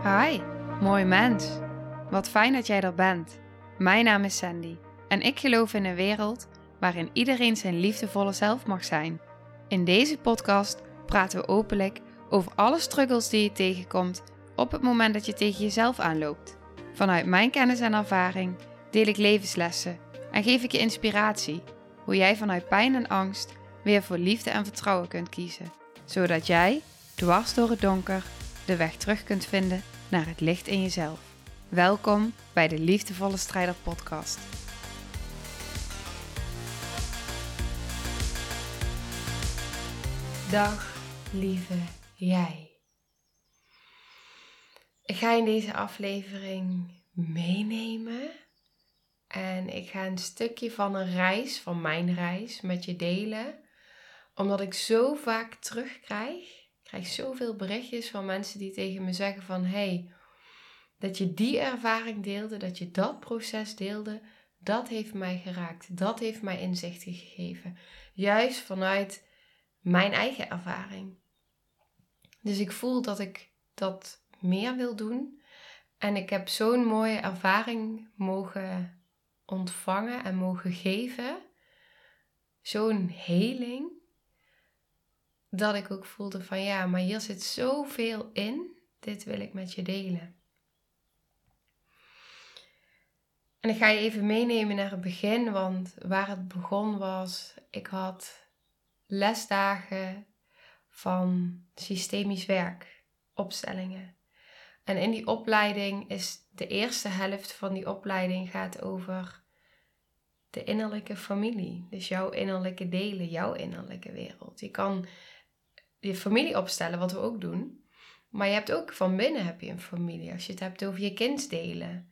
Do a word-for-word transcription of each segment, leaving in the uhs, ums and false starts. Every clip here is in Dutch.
Hi, mooi mens. Wat fijn dat jij er bent. Mijn naam is Sandy en ik geloof in een wereld waarin iedereen zijn liefdevolle zelf mag zijn. In deze podcast praten we openlijk over alle struggles die je tegenkomt op het moment dat je tegen jezelf aanloopt. Vanuit mijn kennis en ervaring deel ik levenslessen en geef ik je inspiratie hoe jij vanuit pijn en angst weer voor liefde en vertrouwen kunt kiezen, zodat jij, dwars door het donker, de weg terug kunt vinden naar het licht in jezelf. Welkom bij de Liefdevolle Strijder podcast. Dag lieve jij. Ik ga in deze aflevering meenemen en ik ga een stukje van een reis, van mijn reis, met je delen. Omdat ik zo vaak terugkrijg, ik krijg zoveel berichtjes van mensen die tegen me zeggen van hey, dat je die ervaring deelde, dat je dat proces deelde, dat heeft mij geraakt. Dat heeft mij inzichten gegeven. Juist vanuit mijn eigen ervaring. Dus ik voel dat ik dat meer wil doen. En ik heb zo'n mooie ervaring mogen ontvangen en mogen geven. Zo'n heling. Dat ik ook voelde van ja, maar hier zit zoveel in. Dit wil ik met je delen. En ik ga je even meenemen naar het begin. Want waar het begon was, ik had lesdagen van systemisch werk, opstellingen. En in die opleiding is de eerste helft van die opleiding gaat over de innerlijke familie. Dus jouw innerlijke delen, jouw innerlijke wereld. Je kan je familie opstellen, wat we ook doen. Maar je hebt ook van binnen heb je een familie. Als je het hebt over je kindsdelen.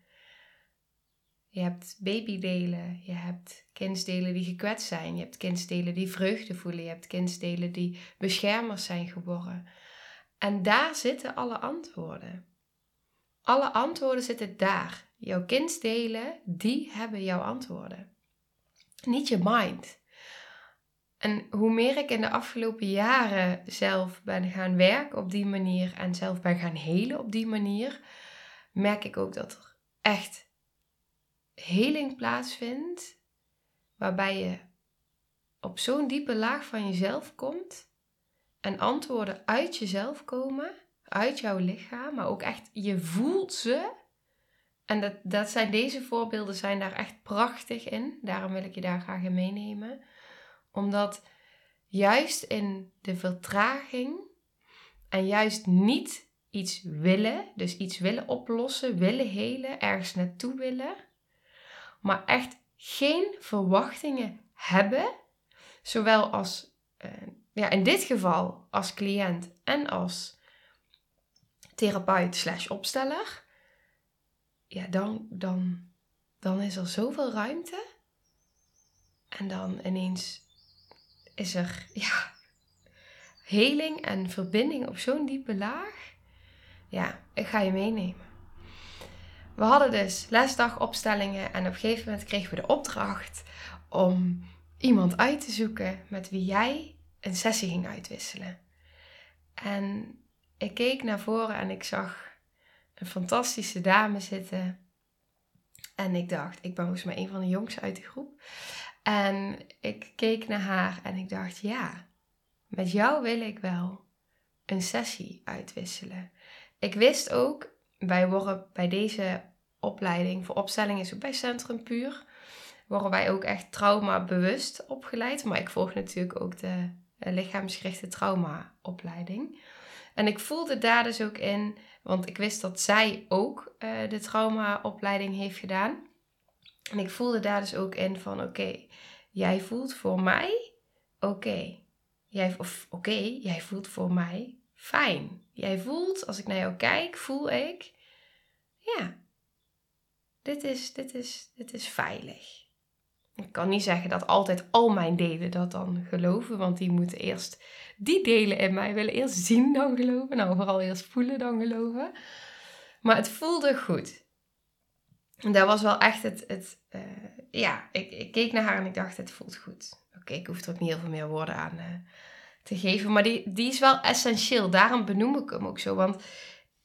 Je hebt babydelen. Je hebt kindsdelen die gekwetst zijn. Je hebt kindsdelen die vreugde voelen. Je hebt kindsdelen die beschermers zijn geworden. En daar zitten alle antwoorden. Alle antwoorden zitten daar. Jouw kindsdelen, die hebben jouw antwoorden. Niet je mind. En hoe meer ik in de afgelopen jaren zelf ben gaan werken op die manier en zelf ben gaan helen op die manier, merk ik ook dat er echt heling plaatsvindt, waarbij je op zo'n diepe laag van jezelf komt en antwoorden uit jezelf komen, uit jouw lichaam, maar ook echt, je voelt ze. En dat, dat zijn, deze voorbeelden zijn daar echt prachtig in, daarom wil ik je daar graag in meenemen. Omdat juist in de vertraging en juist niet iets willen, dus iets willen oplossen, willen helen, ergens naartoe willen, maar echt geen verwachtingen hebben, zowel als, uh, ja, in dit geval als cliënt en als therapeut slash opsteller, ja, dan, dan, dan is er zoveel ruimte en dan ineens is er, ja, heling en verbinding op zo'n diepe laag. Ja, ik ga je meenemen. We hadden dus lesdagopstellingen en op een gegeven moment kregen we de opdracht om iemand uit te zoeken met wie jij een sessie ging uitwisselen. En ik keek naar voren en ik zag een fantastische dame zitten. En ik dacht, ik ben volgens mij een van de jongsten uit de groep. En ik keek naar haar en ik dacht, ja, met jou wil ik wel een sessie uitwisselen. Ik wist ook, wij worden bij deze opleiding voor opstelling is ook bij Centrum Puur, worden wij ook echt trauma bewust opgeleid. Maar ik volg natuurlijk ook de lichaamsgerichte traumaopleiding. En ik voelde daar dus ook in, want ik wist dat zij ook uh, de traumaopleiding heeft gedaan. En ik voelde daar dus ook in van oké, okay, jij voelt voor mij oké. Okay. Jij, of oké, okay, jij voelt voor mij fijn. Jij voelt, als ik naar jou kijk, voel ik, ja, dit is, dit is, dit is veilig. Ik kan niet zeggen dat altijd al mijn delen dat dan geloven, want die moeten eerst, die delen in mij willen eerst zien dan geloven. Nou, vooral eerst voelen dan geloven. Maar het voelde goed. En dat was wel echt het, het uh, ja, ik, ik keek naar haar en ik dacht, het voelt goed. Oké, okay, ik hoef er ook niet heel veel meer woorden aan uh, te geven, maar die, die is wel essentieel. Daarom benoem ik hem ook zo, want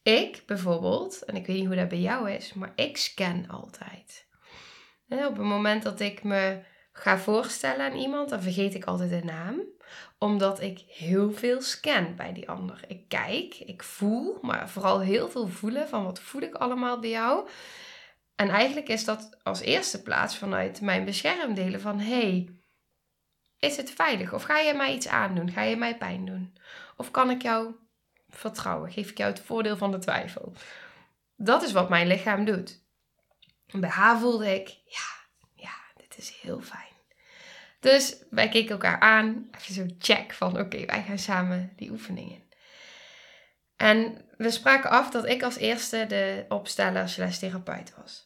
ik bijvoorbeeld, en ik weet niet hoe dat bij jou is, maar ik scan altijd. En op het moment dat ik me ga voorstellen aan iemand, dan vergeet ik altijd de naam. Omdat ik heel veel scan bij die ander. Ik kijk, ik voel, maar vooral heel veel voelen van wat voel ik allemaal bij jou. En eigenlijk is dat als eerste plaats vanuit mijn beschermdelen van hey, is het veilig? Of ga je mij iets aandoen? Ga je mij pijn doen? Of kan ik jou vertrouwen? Geef ik jou het voordeel van de twijfel? Dat is wat mijn lichaam doet. En bij haar voelde ik, ja, ja, dit is heel fijn. Dus wij keken elkaar aan. Even zo check van, oké, okay, wij gaan samen die oefeningen. En we spraken af dat ik als eerste de opsteller slash therapeut was.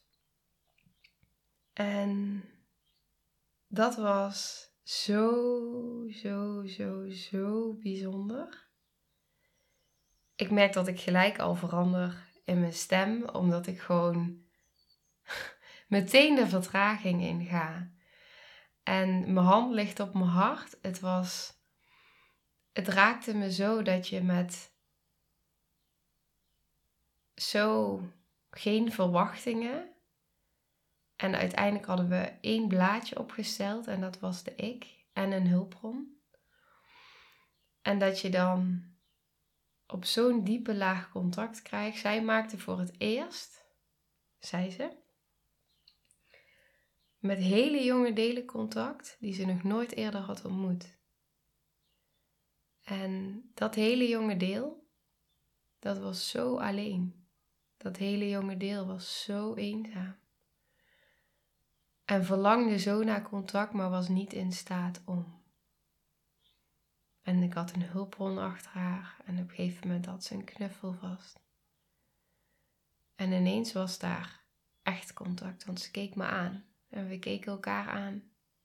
En dat was zo, zo, zo, zo bijzonder. Ik merk dat ik gelijk al verander in mijn stem, omdat ik gewoon meteen de vertraging in ga. En mijn hand ligt op mijn hart. Het was, het raakte me zo dat je met zo geen verwachtingen. En uiteindelijk hadden we één blaadje opgesteld en dat was de ik en een hulpbron. En dat je dan op zo'n diepe laag contact krijgt. Zij maakte voor het eerst, zei ze, met hele jonge delen contact die ze nog nooit eerder had ontmoet. En dat hele jonge deel, dat was zo alleen. Dat hele jonge deel was zo eenzaam. En verlangde zo naar contact, maar was niet in staat om. En ik had een hulpbron achter haar en op een gegeven moment had ze een knuffel vast. En ineens was daar echt contact, want ze keek me aan. En we keken elkaar aan.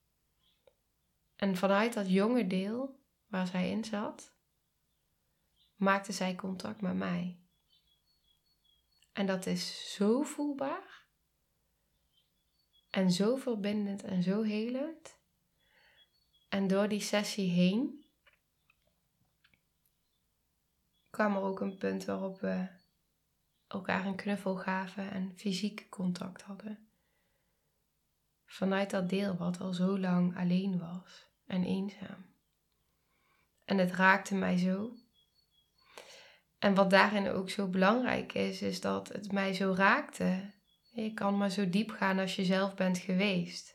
En vanuit dat jonge deel waar zij in zat, maakte zij contact met mij. En dat is zo voelbaar. En zo verbindend en zo helend. En door die sessie heen kwam er ook een punt waarop we elkaar een knuffel gaven en fysiek contact hadden. Vanuit dat deel wat al zo lang alleen was en eenzaam. En het raakte mij zo. En wat daarin ook zo belangrijk is, is dat het mij zo raakte. Je kan maar zo diep gaan als je zelf bent geweest.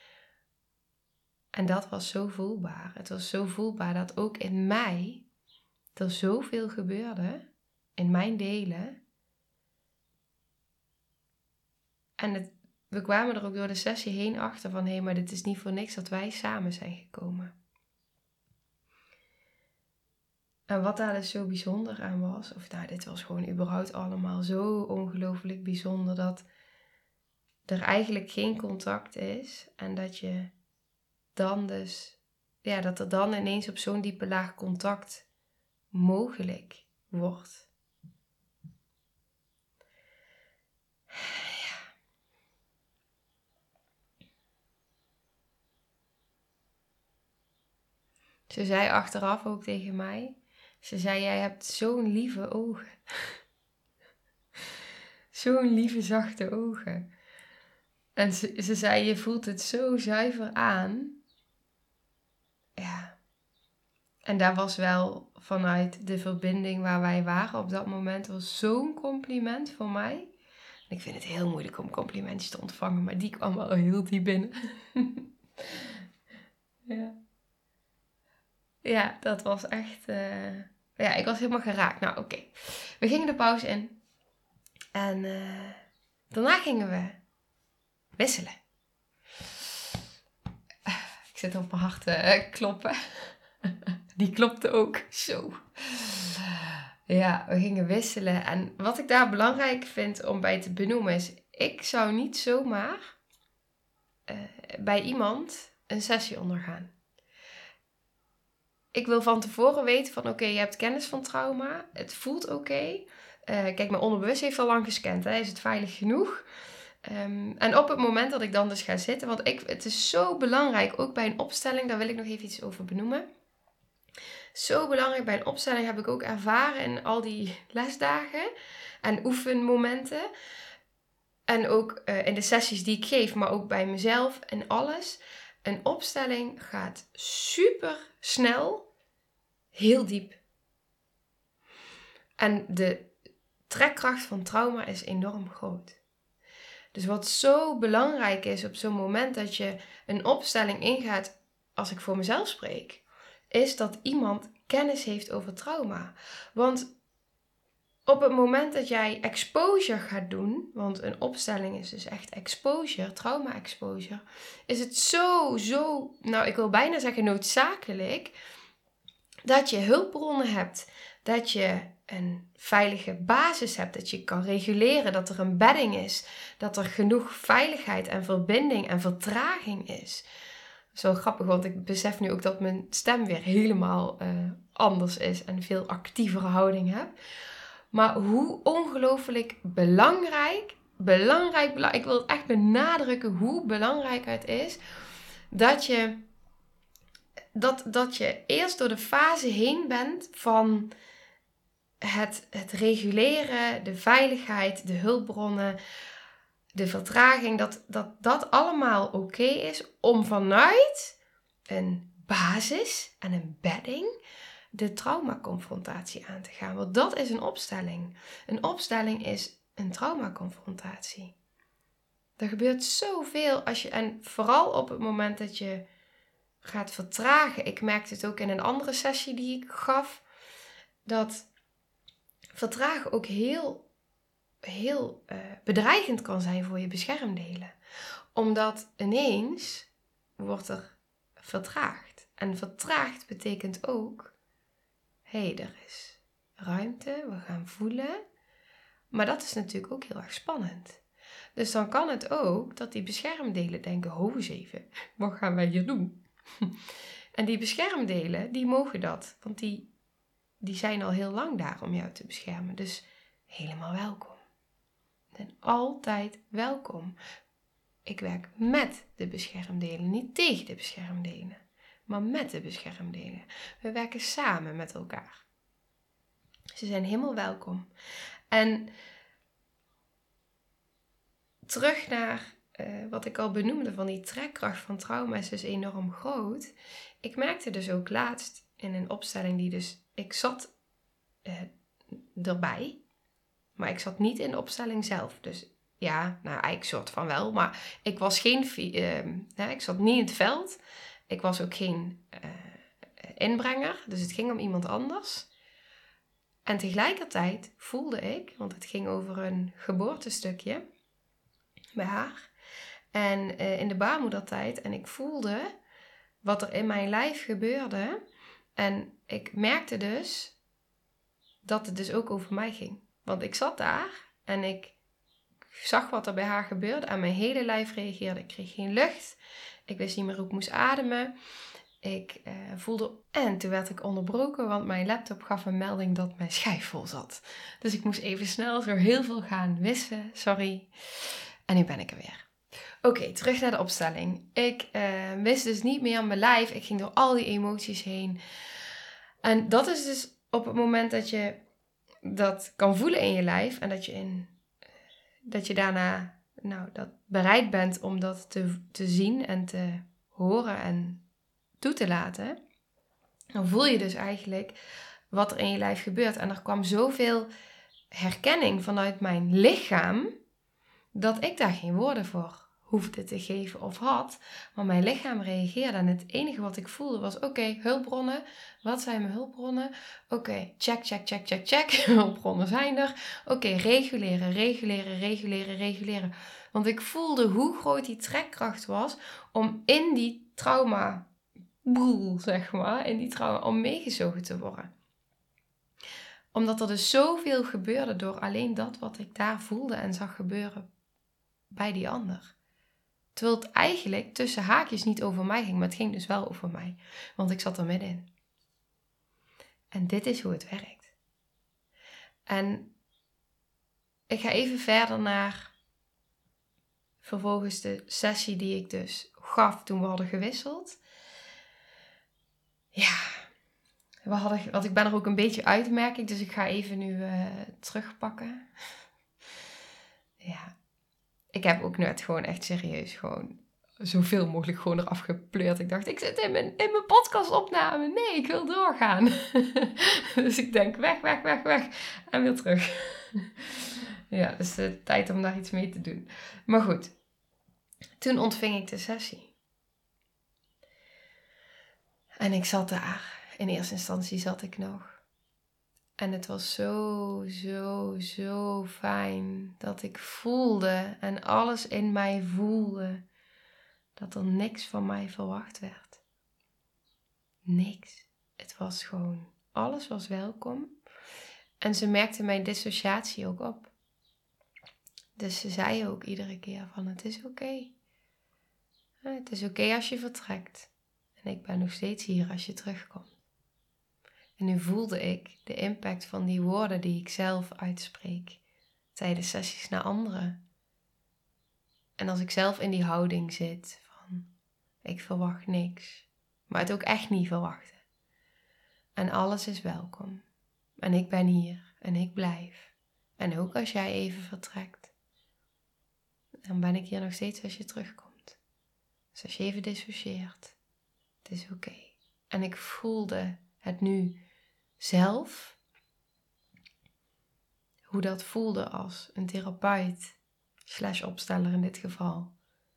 En dat was zo voelbaar. Het was zo voelbaar dat ook in mij er zoveel gebeurde, in mijn delen. En het, we kwamen er ook door de sessie heen achter van, hé, hey, maar dit is niet voor niks dat wij samen zijn gekomen. En wat daar dus zo bijzonder aan was, of nou, dit was gewoon überhaupt allemaal zo ongelooflijk bijzonder, dat er eigenlijk geen contact is en dat je dan dus, ja, dat er dan ineens op zo'n diepe laag contact mogelijk wordt. Ja. Ze zei achteraf ook tegen mij, ze zei, jij hebt zo'n lieve ogen. Zo'n lieve, zachte ogen. En ze, ze zei, je voelt het zo zuiver aan. Ja. En daar was wel vanuit de verbinding waar wij waren op dat moment was zo'n compliment voor mij. En ik vind het heel moeilijk om complimentjes te ontvangen, maar die kwam wel heel diep binnen. Ja. Ja, dat was echt... Uh... Ja, ik was helemaal geraakt. Nou, oké. Okay. We gingen de pauze in. En uh, daarna gingen we wisselen. Uh, ik zit op mijn hart te uh, kloppen. Die klopte ook. Zo. Ja, we gingen wisselen. En wat ik daar belangrijk vind om bij te benoemen is... Ik zou niet zomaar uh, bij iemand een sessie ondergaan. Ik wil van tevoren weten van oké, okay, je hebt kennis van trauma. Het voelt oké. Okay. Uh, kijk, mijn onderbewust heeft al lang gescand. Hè? Is het veilig genoeg? Um, en op het moment dat ik dan dus ga zitten... Want ik, het is zo belangrijk, ook bij een opstelling... Daar wil ik nog even iets over benoemen. Zo belangrijk bij een opstelling, heb ik ook ervaren in al die lesdagen en oefenmomenten. En ook uh, in de sessies die ik geef, maar ook bij mezelf en alles. Een opstelling gaat super snel, heel diep. En de trekkracht van trauma is enorm groot. Dus wat zo belangrijk is op zo'n moment dat je een opstelling ingaat, als ik voor mezelf spreek, is dat iemand kennis heeft over trauma. Want op het moment dat jij exposure gaat doen, want een opstelling is dus echt exposure, trauma-exposure, is het zo, zo, nou ik wil bijna zeggen noodzakelijk, dat je hulpbronnen hebt, dat je een veilige basis hebt, dat je kan reguleren, dat er een bedding is, dat er genoeg veiligheid en verbinding en vertraging is. Zo grappig, want ik besef nu ook dat mijn stem weer helemaal uh, anders is en een veel actievere houding heb. Maar hoe ongelooflijk belangrijk, belangrijk, belangrijk, ik wil het echt benadrukken hoe belangrijk het is dat je, dat, dat je eerst door de fase heen bent van het, het reguleren, de veiligheid, de hulpbronnen, de vertraging, dat dat, dat allemaal oké is om vanuit een basis en een bedding de traumaconfrontatie aan te gaan. Want dat is een opstelling. Een opstelling is een traumaconfrontatie. Er gebeurt zoveel als je, en vooral op het moment dat je gaat vertragen. Ik merkte het ook in een andere sessie die ik gaf, dat vertragen ook heel, heel uh, bedreigend kan zijn voor je beschermdelen. Omdat ineens wordt er vertraagd. En vertraagd betekent ook, hé, hey, er is ruimte, we gaan voelen. Maar dat is natuurlijk ook heel erg spannend. Dus dan kan het ook dat die beschermdelen denken, ho eens even, wat gaan wij hier doen? En die beschermdelen, die mogen dat, want die, die zijn al heel lang daar om jou te beschermen. Dus helemaal welkom. En altijd welkom. Ik werk met de beschermdelen, niet tegen de beschermdelen, maar met de beschermdelen. We werken samen met elkaar. Ze zijn helemaal welkom. En terug naar uh, wat ik al benoemde van die trekkracht van trauma is dus enorm groot. Ik merkte dus ook laatst in een opstelling die dus, ik zat uh, erbij, maar ik zat niet in de opstelling zelf. Dus ja, nou eigenlijk soort van wel, maar ik was geen, uh, nou, ik zat niet in het veld. Ik was ook geen uh, inbrenger, dus het ging om iemand anders. En tegelijkertijd voelde ik, want het ging over een geboortestukje bij haar. En uh, in de baarmoedertijd. En ik voelde wat er in mijn lijf gebeurde. En ik merkte dus dat het dus ook over mij ging. Want ik zat daar en ik zag wat er bij haar gebeurde. En mijn hele lijf reageerde. Ik kreeg geen lucht. Ik wist niet meer hoe ik moest ademen. Ik uh, voelde... En toen werd ik onderbroken, want mijn laptop gaf een melding dat mijn schijf vol zat. Dus ik moest even snel zo heel veel gaan wissen. Sorry. En nu ben ik er weer. Oké, okay, terug naar de opstelling. Ik uh, wist dus niet meer aan mijn lijf. Ik ging door al die emoties heen. En dat is dus op het moment dat je dat kan voelen in je lijf. En dat je, in, dat je daarna nou, dat bereid bent om dat te, te zien en te horen en toe te laten. Dan voel je dus eigenlijk wat er in je lijf gebeurt. En er kwam zoveel herkenning vanuit mijn lichaam, dat ik daar geen woorden voor hoefde te geven of had. Maar mijn lichaam reageerde en het enige wat ik voelde was, oké, okay, hulpbronnen. Wat zijn mijn hulpbronnen? Oké, okay, check, check, check, check, check. Hulpbronnen zijn er. Oké, okay, reguleren, reguleren, reguleren, reguleren. Want ik voelde hoe groot die trekkracht was om in die trauma, boel, zeg maar, in die trauma, om meegezogen te worden. Omdat er dus zoveel gebeurde door alleen dat wat ik daar voelde en zag gebeuren bij die ander. Terwijl het eigenlijk tussen haakjes niet over mij ging, maar het ging dus wel over mij. Want ik zat er middenin. En dit is hoe het werkt. En ik ga even verder naar vervolgens de sessie die ik dus gaf toen we hadden gewisseld. Ja, we hadden, want ik ben er ook een beetje uit, merk ik. Dus ik ga even nu uh, terugpakken. Ja. Ik heb ook net gewoon echt serieus gewoon zoveel mogelijk gewoon eraf gepleurd. Ik dacht, ik zit in mijn, in mijn podcastopname. Nee, ik wil doorgaan. Dus ik denk, weg, weg, weg, weg. En weer terug. Ja, dus uh, tijd om daar iets mee te doen. Maar goed. Toen ontving ik de sessie. En ik zat daar. In eerste instantie zat ik nog. En het was zo, zo, zo fijn dat ik voelde en alles in mij voelde dat er niks van mij verwacht werd. Niks. Het was gewoon, alles was welkom. En ze merkte mijn dissociatie ook op. Dus ze zei ook iedere keer van het is oké. Okay. Het is oké okay als je vertrekt. En ik ben nog steeds hier als je terugkomt. En nu voelde ik de impact van die woorden die ik zelf uitspreek tijdens sessies naar anderen. En als ik zelf in die houding zit van ik verwacht niks, maar het ook echt niet verwachten. En alles is welkom. En ik ben hier en ik blijf. En ook als jij even vertrekt, dan ben ik hier nog steeds als je terugkomt. Dus als je even dissocieert, het is oké. Okay. En ik voelde het nu zelf, hoe dat voelde als een therapeut, slash opsteller in dit geval.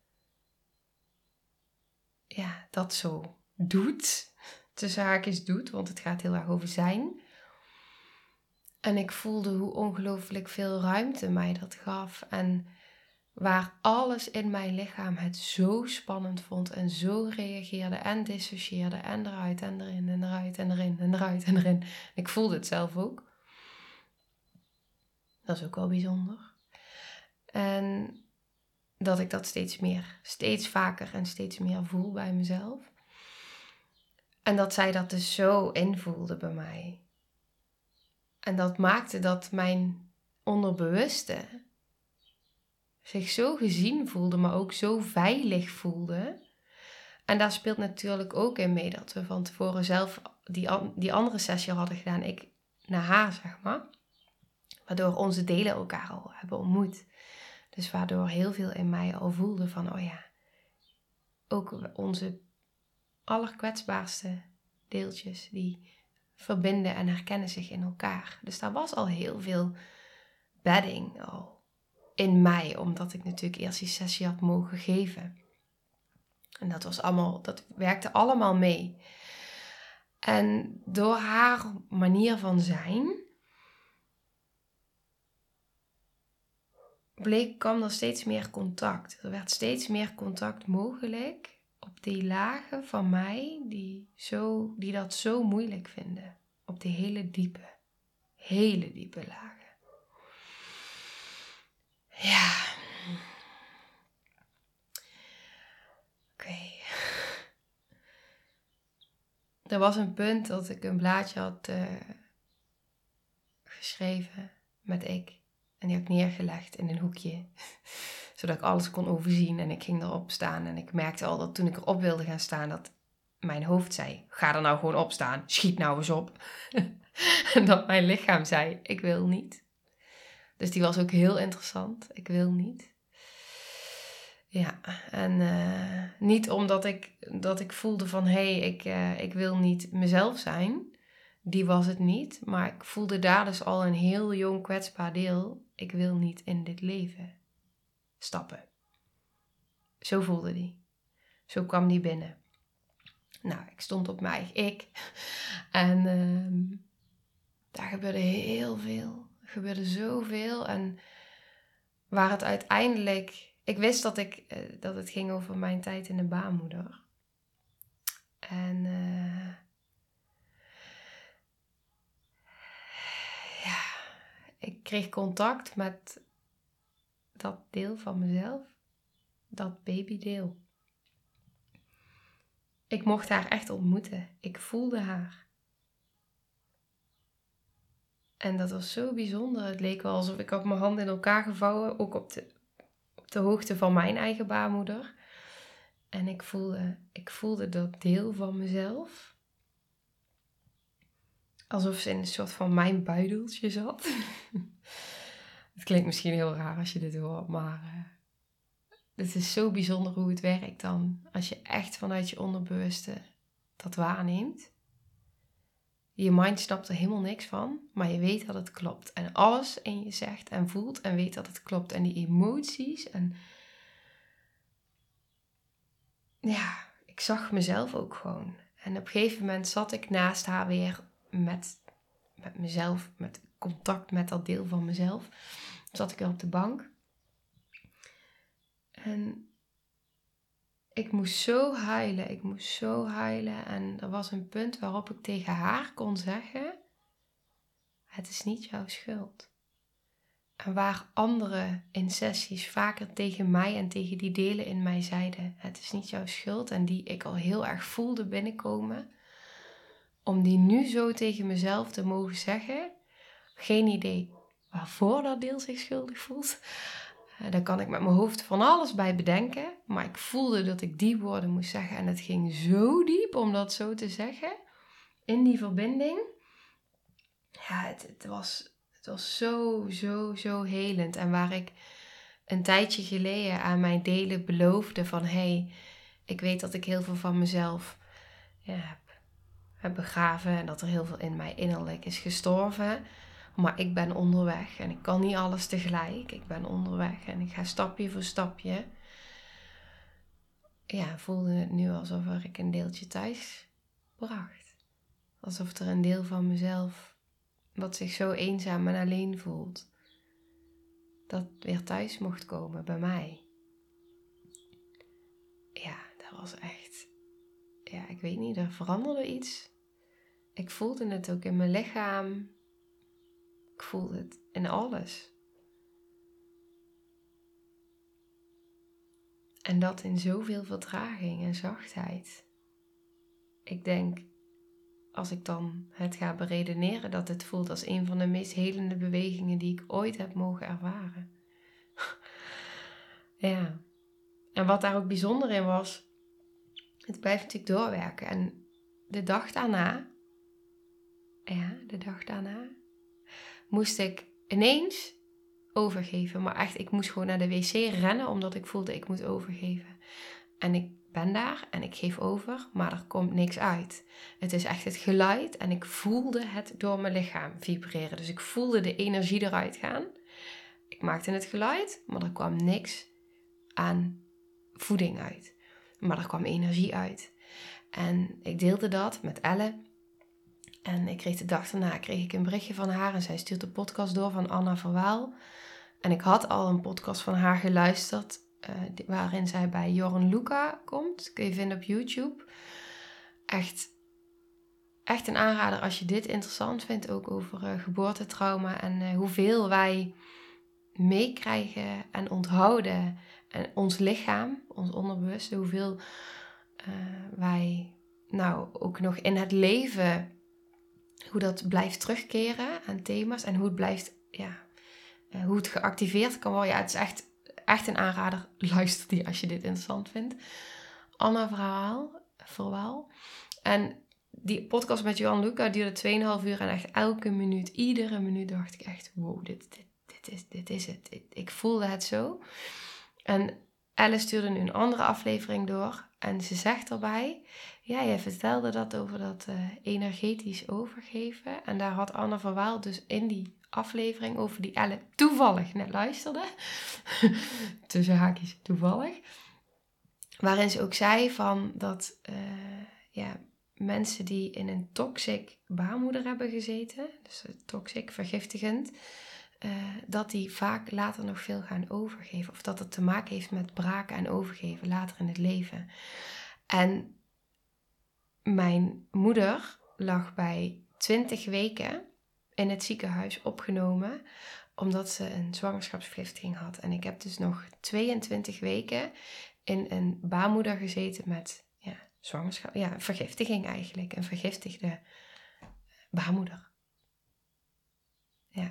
Ja, dat zo doet, tussen haakjes doet, want het gaat heel erg over zijn. En ik voelde hoe ongelooflijk veel ruimte mij dat gaf. En waar alles in mijn lichaam het zo spannend vond en zo reageerde en dissocieerde en eruit en erin en eruit en erin en eruit en erin. Ik voelde het zelf ook. Dat is ook wel bijzonder. En dat ik dat steeds meer, steeds vaker en steeds meer voel bij mezelf. En dat zij dat dus zo invoelde bij mij. En dat maakte dat mijn onderbewuste zich zo gezien voelde, maar ook zo veilig voelde. En daar speelt natuurlijk ook in mee dat we van tevoren zelf die, die andere sessie hadden gedaan. Ik naar haar, zeg maar. Waardoor onze delen elkaar al hebben ontmoet. Dus waardoor heel veel in mij al voelde van, oh ja, ook onze allerkwetsbaarste deeltjes, die verbinden en herkennen zich in elkaar. Dus daar was al heel veel bedding al in mij, omdat ik natuurlijk eerst die sessie had mogen geven. En dat was allemaal, dat werkte allemaal mee. En door haar manier van zijn bleek, kwam er steeds meer contact. Er werd steeds meer contact mogelijk op die lagen van mij die, zo, die dat zo moeilijk vinden. Op die hele diepe, hele diepe lagen. Ja. Oké. Okay. Er was een punt dat ik een blaadje had uh, geschreven met ik. En die had ik neergelegd in een hoekje. Zodat ik alles kon overzien. En ik ging erop staan. En ik merkte al dat toen ik erop wilde gaan staan, dat mijn hoofd zei, ga er nou gewoon op staan. Schiet nou eens op. En dat mijn lichaam zei, ik wil niet. Dus die was ook heel interessant. Ik wil niet. Ja, en uh, niet omdat ik, dat ik voelde van, hé, hey, ik, uh, ik wil niet mezelf zijn. Die was het niet. Maar ik voelde daar dus al een heel jong kwetsbaar deel. Ik wil niet in dit leven stappen. Zo voelde die. Zo kwam die binnen. Nou, ik stond op mijn eigen ik. En uh, daar gebeurde heel veel. Er gebeurde zoveel. En waar het uiteindelijk... Ik wist dat, ik, uh, dat het ging over mijn tijd in de baarmoeder. En uh, ja, ik kreeg contact met dat deel van mezelf. Dat babydeel. Ik mocht haar echt ontmoeten. Ik voelde haar. En dat was zo bijzonder. Het leek wel alsof ik had mijn handen in elkaar gevouwen. Ook op de, op de hoogte van mijn eigen baarmoeder. En ik voelde, ik voelde dat deel van mezelf. Alsof ze in een soort van mijn buideltje zat. Het klinkt misschien heel raar als je dit hoort, maar uh, het is zo bijzonder hoe het werkt dan. Als je echt vanuit je onderbewuste dat waarneemt. Je mind snapt er helemaal niks van, maar je weet dat het klopt. En alles in je zegt en voelt en weet dat het klopt. En die emoties en... Ja, ik zag mezelf ook gewoon. En op een gegeven moment zat ik naast haar weer met, met mezelf, met contact met dat deel van mezelf. Zat ik weer op de bank. En ik moest zo huilen, ik moest zo huilen. En er was een punt waarop ik tegen haar kon zeggen: het is niet jouw schuld. En waar anderen in sessies vaker tegen mij en tegen die delen in mij zeiden: het is niet jouw schuld. En die ik al heel erg voelde binnenkomen. Om die nu zo tegen mezelf te mogen zeggen. Geen idee waarvoor dat deel zich schuldig voelt. Uh, daar kan ik met mijn hoofd van alles bij bedenken. Maar ik voelde dat ik die woorden moest zeggen. En het ging zo diep om dat zo te zeggen. In die verbinding. Ja, het, het was... Het was zo, zo, zo helend. En waar ik een tijdje geleden aan mijn delen beloofde van... hé, hey, ik weet dat ik heel veel van mezelf ja, heb, heb begraven. En dat er heel veel in mij innerlijk is gestorven. Maar ik ben onderweg. En ik kan niet alles tegelijk. Ik ben onderweg. En ik ga stapje voor stapje. Ja, voelde het nu alsof ik een deeltje thuis bracht. Alsof er een deel van mezelf... wat zich zo eenzaam en alleen voelt, dat weer thuis mocht komen bij mij. Ja, dat was echt... Ja, ik weet niet, er veranderde iets. Ik voelde het ook in mijn lichaam. Ik voelde het in alles. En dat in zoveel vertraging en zachtheid. Ik denk, als ik dan het ga beredeneren, dat het voelt als een van de meest helende bewegingen die ik ooit heb mogen ervaren. Ja. En wat daar ook bijzonder in was, het blijft natuurlijk doorwerken. En de dag daarna, ja, de dag daarna, moest ik ineens overgeven. Maar echt, ik moest gewoon naar de wc rennen, omdat ik voelde ik moet overgeven. En ik ben daar en ik geef over, maar er komt niks uit. Het is echt het geluid en ik voelde het door mijn lichaam vibreren. Dus ik voelde de energie eruit gaan. Ik maakte het geluid, maar er kwam niks aan voeding uit. Maar er kwam energie uit. En ik deelde dat met Elle. En ik kreeg de dag daarna kreeg ik een berichtje van haar. En zij stuurt de podcast door van Anna Verwaal. En ik had al een podcast van haar geluisterd. Uh, waarin zij bij Jorn Luca komt. Kun je vinden op YouTube. Echt, echt een aanrader als je dit interessant vindt. Ook over uh, geboortetrauma. En uh, hoeveel wij meekrijgen en onthouden. En ons lichaam, ons onderbewuste. Hoeveel uh, wij nou ook nog in het leven... Hoe dat blijft terugkeren aan thema's. En hoe het blijft, ja, uh, hoe het geactiveerd kan worden. Ja, het is echt, echt een aanrader. Luister die als je dit interessant vindt. Anna Verhaal, Verwaal. En die podcast met Johan Luca duurde twee komma vijf uur. En echt elke minuut, iedere minuut dacht ik echt... Wow, dit, dit, dit, is, dit is het. Ik, ik voelde het zo. En Alice stuurde nu een andere aflevering door. En ze zegt erbij... Ja, jij vertelde dat over dat uh, energetisch overgeven. En daar had Anna van Waal dus in die aflevering over die Elle toevallig net luisterde. Tussen haakjes toevallig. Waarin ze ook zei van dat uh, ja, mensen die in een toxic baarmoeder hebben gezeten. Dus toxic, vergiftigend. Uh, dat die vaak later nog veel gaan overgeven. Of dat het te maken heeft met braken en overgeven later in het leven. En... Mijn moeder lag bij twintig weken in het ziekenhuis opgenomen, omdat ze een zwangerschapsvergiftiging had. En ik heb dus nog tweeëntwintig weken in een baarmoeder gezeten met ja, zwangerschap, ja, vergiftiging eigenlijk. Een vergiftigde baarmoeder. Ja.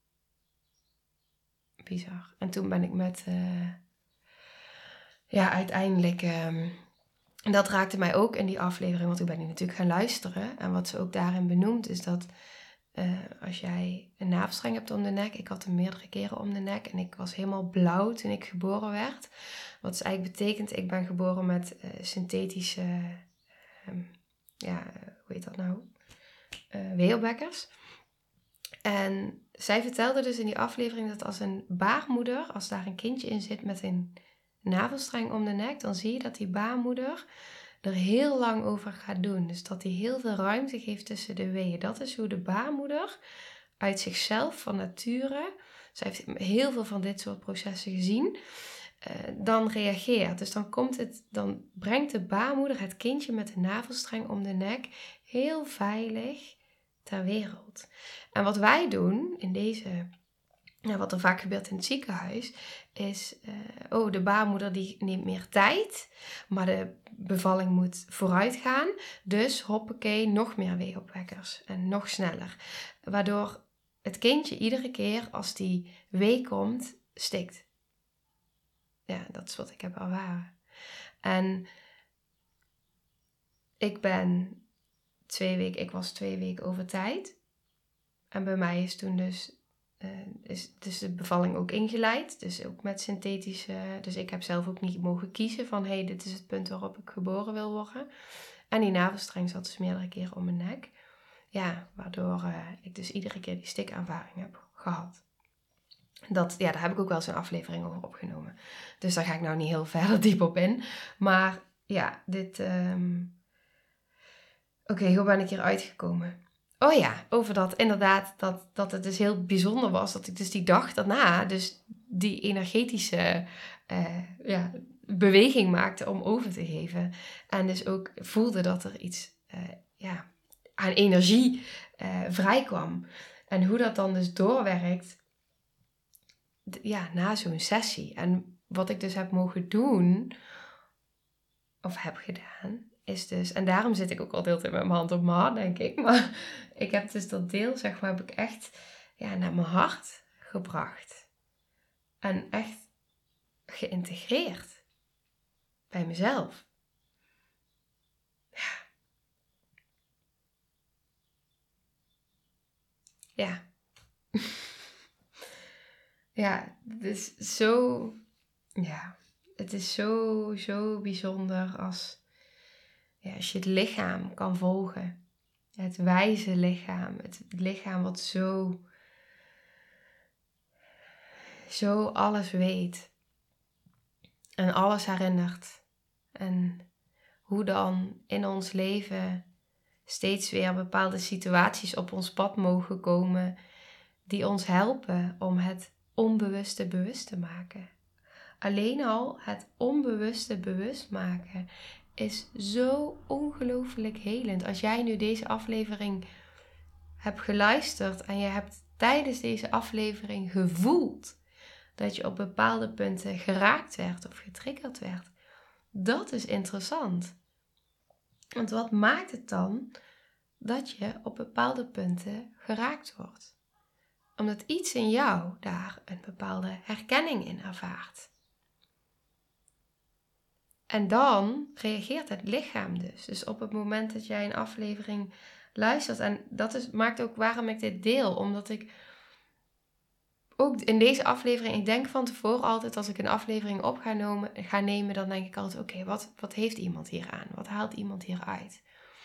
Bizar. En toen ben ik met, uh, ja, uiteindelijk... Um, En dat raakte mij ook in die aflevering, want ik ben die natuurlijk gaan luisteren. En wat ze ook daarin benoemt is dat uh, als jij een navelstreng hebt om de nek, ik had hem meerdere keren om de nek en ik was helemaal blauw toen ik geboren werd. Wat dus eigenlijk betekent, ik ben geboren met uh, synthetische, uh, ja, hoe heet dat nou, uh, weerbekkers. En zij vertelde dus in die aflevering dat als een baarmoeder, als daar een kindje in zit met een navelstreng om de nek, dan zie je dat die baarmoeder er heel lang over gaat doen. Dus dat die heel veel ruimte geeft tussen de weeën. Dat is hoe de baarmoeder uit zichzelf, van nature, zij heeft heel veel van dit soort processen gezien, uh, dan reageert. Dus dan, komt het, dan brengt de baarmoeder het kindje met de navelstreng om de nek heel veilig ter wereld. En wat wij doen in deze, nou, wat er vaak gebeurt in het ziekenhuis, is, uh, oh, de baarmoeder die neemt meer tijd, maar de bevalling moet vooruit gaan. Dus hoppakee, nog meer weeopwekkers en nog sneller. Waardoor het kindje iedere keer als die wee komt, stikt. Ja, dat is wat ik heb ervaren. En ik ben twee weken, ik was twee weken over tijd. En bij mij is toen dus, uh, is dus de bevalling ook ingeleid. Dus ook met synthetische, dus ik heb zelf ook niet mogen kiezen van, hé, hey, dit is het punt waarop ik geboren wil worden. En die navelstreng zat dus meerdere keren om mijn nek. Ja, waardoor uh, ik dus iedere keer die stikervaring heb gehad. Dat, ja, daar heb ik ook wel eens een aflevering over opgenomen. Dus daar ga ik nou niet heel verder diep op in. Maar ja, dit... Um... Oké, okay, hoe ben ik hier uitgekomen? Oh ja, over dat inderdaad, dat, dat het dus heel bijzonder was. Dat ik dus die dag daarna dus die energetische uh, ja, beweging maakte om over te geven. En dus ook voelde dat er iets uh, ja, aan energie uh, vrijkwam. En hoe dat dan dus doorwerkt, ja, na zo'n sessie. En wat ik dus heb mogen doen, of heb gedaan, is dus, en daarom zit ik ook al de hele tijd met mijn hand op mijn hart, denk ik. Maar ik heb dus dat deel, zeg maar, heb ik echt ja, naar mijn hart gebracht. En echt geïntegreerd bij mezelf. Ja. Ja. Ja, het is zo, ja, het is zo, zo bijzonder als, ja, als je het lichaam kan volgen. Het wijze lichaam, het lichaam wat zo, zo alles weet en alles herinnert. En hoe dan in ons leven steeds weer bepaalde situaties op ons pad mogen komen die ons helpen om het onbewuste bewust te maken. Alleen al het onbewuste bewust maken is zo ongelooflijk helend. Als jij nu deze aflevering hebt geluisterd en je hebt tijdens deze aflevering gevoeld dat je op bepaalde punten geraakt werd of getriggerd werd, dat is interessant. Want wat maakt het dan dat je op bepaalde punten geraakt wordt? Omdat iets in jou daar een bepaalde herkenning in ervaart. En dan reageert het lichaam dus. Dus op het moment dat jij een aflevering luistert. En dat is, maakt ook waarom ik dit deel. Omdat ik ook in deze aflevering, ik denk van tevoren altijd als ik een aflevering op ga nemen, ga nemen dan denk ik altijd, oké, okay, wat, wat heeft iemand hier aan? Wat haalt iemand hier uit?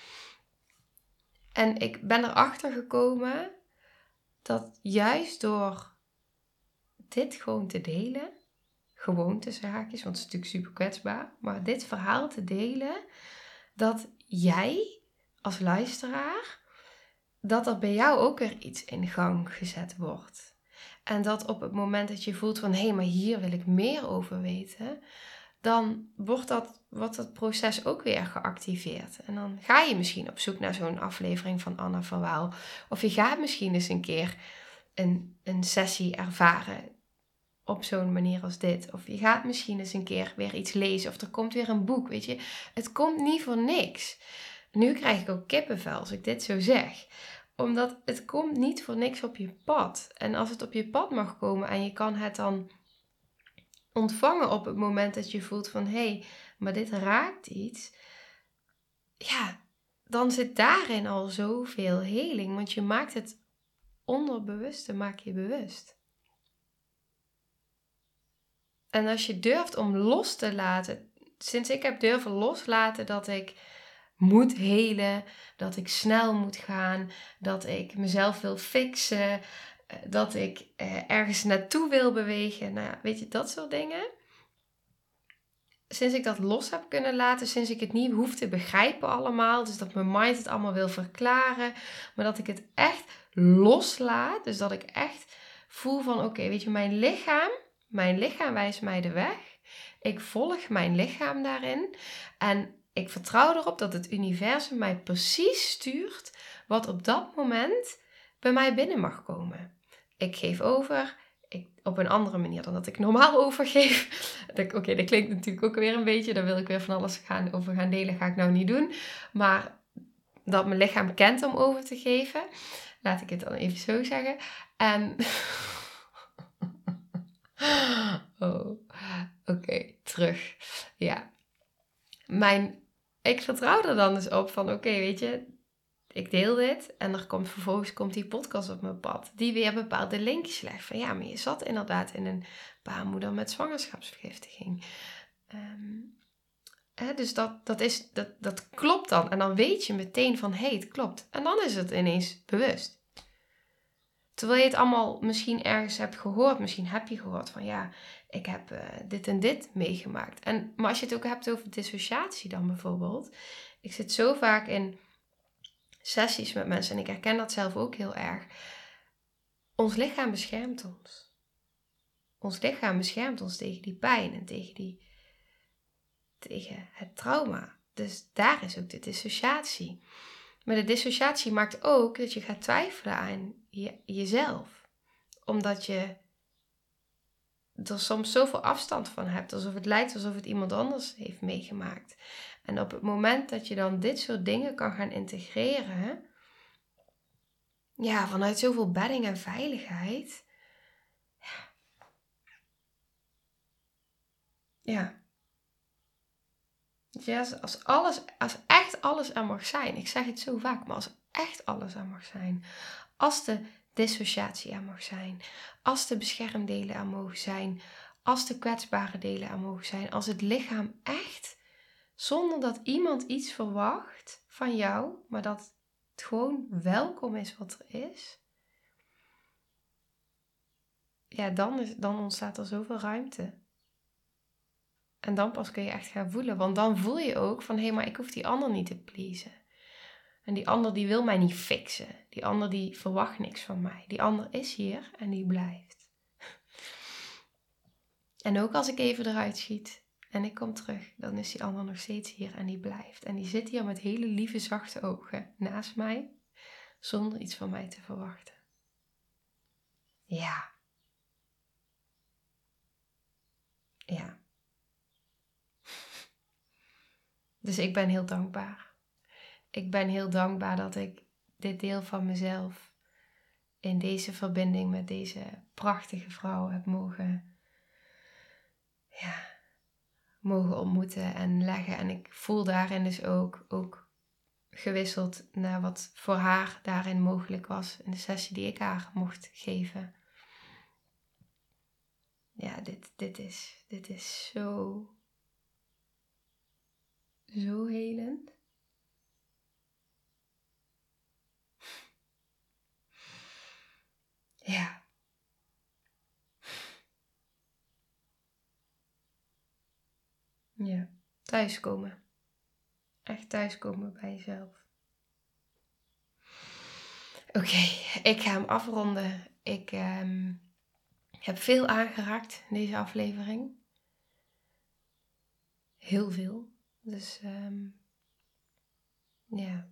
En ik ben erachter gekomen dat juist door dit gewoon te delen, gewoon tussen haakjes, want het is natuurlijk super kwetsbaar, maar dit verhaal te delen, dat jij als luisteraar, dat er bij jou ook weer iets in gang gezet wordt. En dat op het moment dat je voelt van, hé, hey, maar hier wil ik meer over weten, dan wordt dat, wordt dat proces ook weer geactiveerd. En dan ga je misschien op zoek naar zo'n aflevering van Anna van Waal. Of je gaat misschien eens een keer een, een sessie ervaren op zo'n manier als dit. Of je gaat misschien eens een keer weer iets lezen. Of er komt weer een boek, weet je. Het komt niet voor niks. Nu krijg ik ook kippenvel als ik dit zo zeg. Omdat het komt niet voor niks op je pad. En als het op je pad mag komen en je kan het dan ontvangen op het moment dat je voelt van, hé, hey, maar dit raakt iets. ja, dan zit daarin al zoveel heling. Want je maakt het onderbewuste, maak je bewust. En als je durft om los te laten, sinds ik heb durven loslaten dat ik moet helen, dat ik snel moet gaan, dat ik mezelf wil fixen, dat ik eh, ergens naartoe wil bewegen, nou ja, weet je, dat soort dingen. Sinds ik dat los heb kunnen laten, sinds ik het niet hoef te begrijpen allemaal, dus dat mijn mind het allemaal wil verklaren, maar dat ik het echt loslaat, dus dat ik echt voel van oké, okay, weet je, mijn lichaam, mijn lichaam wijst mij de weg. Ik volg mijn lichaam daarin en ik vertrouw erop dat het universum mij precies stuurt wat op dat moment bij mij binnen mag komen. Ik geef over. Ik, op een andere manier dan dat ik normaal overgeef. Oké, okay, dat klinkt natuurlijk ook weer een beetje. Daar wil ik weer van alles gaan, over gaan delen. Ga ik nou niet doen. Maar dat mijn lichaam kent om over te geven. Laat ik het dan even zo zeggen. En... oh, oké, okay, terug. Ja. Mijn... Ik vertrouw er dan dus op van... Oké, okay, weet je... Ik deel dit en er komt, vervolgens komt die podcast op mijn pad. Die weer bepaalde linkjes legt. Van ja, maar je zat inderdaad in een baarmoeder met zwangerschapsvergiftiging. Um, hè, dus dat, dat, is, dat, dat klopt dan. En dan weet je meteen van hé, hey, het klopt. En dan is het ineens bewust. Terwijl je het allemaal misschien ergens hebt gehoord. Misschien heb je gehoord van ja, ik heb uh, dit en dit meegemaakt. En, maar als je het ook hebt over dissociatie dan bijvoorbeeld. Ik zit zo vaak in... sessies met mensen en ik herken dat zelf ook heel erg. Ons lichaam beschermt ons. Ons lichaam beschermt ons tegen die pijn en tegen, die, tegen het trauma. Dus daar is ook de dissociatie. Maar de dissociatie maakt ook dat je gaat twijfelen aan je, jezelf. Omdat je er soms zoveel afstand van hebt. Alsof het lijkt alsof het iemand anders heeft meegemaakt. En op het moment dat je dan dit soort dingen kan gaan integreren... Ja, vanuit zoveel bedding en veiligheid. Ja. Ja. Ja, als alles, als echt alles er mag zijn. Ik zeg het zo vaak, maar als echt alles er mag zijn. Als de dissociatie er mag zijn. Als de beschermdelen er mogen zijn. Als de kwetsbare delen er mogen zijn. Als het lichaam echt, zonder dat iemand iets verwacht van jou, maar dat het gewoon welkom is wat er is. Ja, dan, is, dan ontstaat er zoveel ruimte. En dan pas kun je echt gaan voelen. Want dan voel je ook van, hé, hey, maar ik hoef die ander niet te pleasen. En die ander die wil mij niet fixen. Die ander die verwacht niks van mij. Die ander is hier en die blijft. En ook als ik even eruit schiet en ik kom terug, dan is die ander nog steeds hier en die blijft. En die zit hier met hele lieve, zachte ogen naast mij, zonder iets van mij te verwachten. Ja. Ja. Dus ik ben heel dankbaar. Ik ben heel dankbaar dat ik dit deel van mezelf in deze verbinding met deze prachtige vrouw heb mogen, ja, mogen ontmoeten en leggen. En ik voel daarin dus ook, ook gewisseld naar wat voor haar daarin mogelijk was in de sessie die ik haar mocht geven. Ja, dit, dit, is, dit is zo, zo helend. Ja. Ja, thuiskomen. Echt thuiskomen bij jezelf. Oké, okay, ik ga hem afronden. Ik um, heb veel aangeraakt in deze aflevering. Heel veel. Dus um, ja.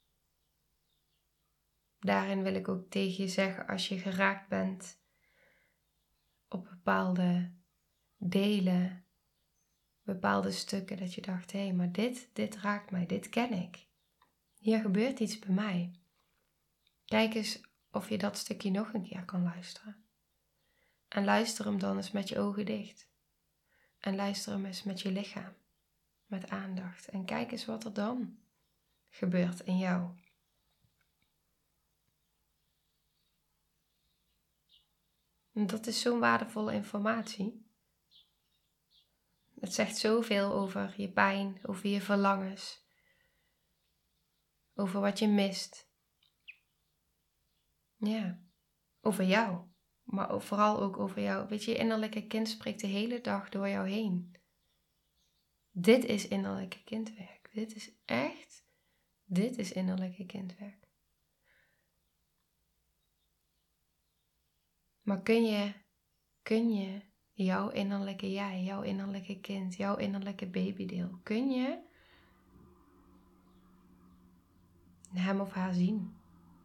Daarin wil ik ook tegen je zeggen, als je geraakt bent op bepaalde delen, bepaalde stukken, dat je dacht, hé, hey, maar dit, dit raakt mij, dit ken ik. Hier gebeurt iets bij mij. Kijk eens of je dat stukje nog een keer kan luisteren. En luister hem dan eens met je ogen dicht. En luister hem eens met je lichaam. Met aandacht. En kijk eens wat er dan gebeurt in jou. En dat is zo'n waardevolle informatie. Het zegt zoveel over je pijn, over je verlangens, over wat je mist. Ja, over jou. Maar ook, vooral ook over jou. Weet je, je innerlijke kind spreekt de hele dag door jou heen. Dit is innerlijke kindwerk. Dit is echt, dit is innerlijke kindwerk. Maar kun je, kun je jouw innerlijke jij, jouw innerlijke kind, jouw innerlijke babydeel, kun je hem of haar zien?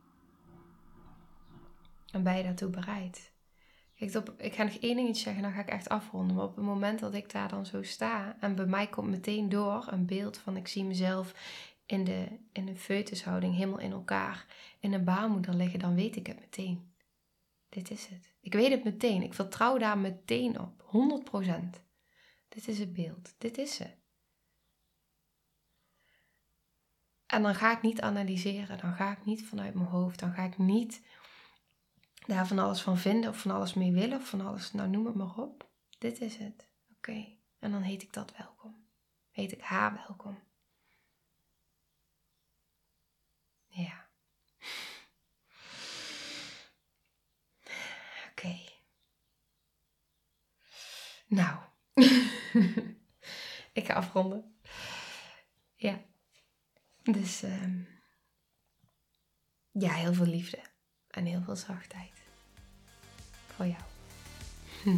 En ben je daartoe bereid? Kijk, op, ik ga nog één dingetje zeggen, dan ga ik echt afronden. Maar op het moment dat ik daar dan zo sta, en bij mij komt meteen door een beeld van, ik zie mezelf in de, in de foetushouding helemaal in elkaar, in een baarmoeder liggen, dan weet ik het meteen. Dit is het. Ik weet het meteen. Ik vertrouw daar meteen op. honderd procent. Dit is het beeld. Dit is ze. En dan ga ik niet analyseren. Dan ga ik niet vanuit mijn hoofd. Dan ga ik niet daar van alles van vinden of van alles mee willen of van alles, nou noem het maar op. Dit is het. Oké. Okay. En dan heet ik dat welkom. Heet ik haar welkom. Ja. Oké. Okay. Nou. Ik ga afronden. Ja. Dus um, ja, heel veel liefde. En heel veel zachtheid. Voor jou. Hm.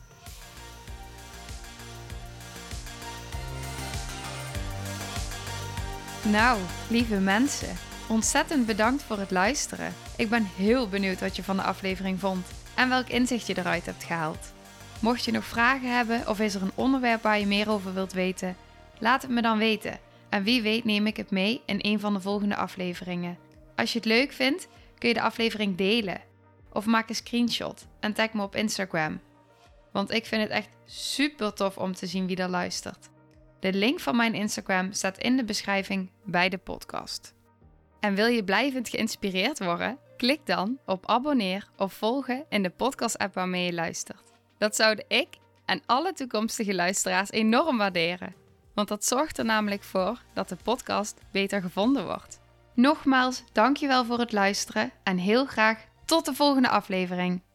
Nou, lieve mensen. Ontzettend bedankt voor het luisteren. Ik ben heel benieuwd wat je van de aflevering vond. En welk inzicht je eruit hebt gehaald. Mocht je nog vragen hebben of is er een onderwerp waar je meer over wilt weten, laat het me dan weten. En wie weet neem ik het mee in een van de volgende afleveringen. Als je het leuk vindt, kun je de aflevering delen. Of maak een screenshot en tag me op Instagram. Want ik vind het echt super tof om te zien wie er luistert. De link van mijn Instagram staat in de beschrijving bij de podcast. En wil je blijvend geïnspireerd worden? Klik dan op abonneer of volgen in de podcast-app waarmee je luistert. Dat zouden ik en alle toekomstige luisteraars enorm waarderen. Want dat zorgt er namelijk voor dat de podcast beter gevonden wordt. Nogmaals, dankjewel voor het luisteren en heel graag tot de volgende aflevering.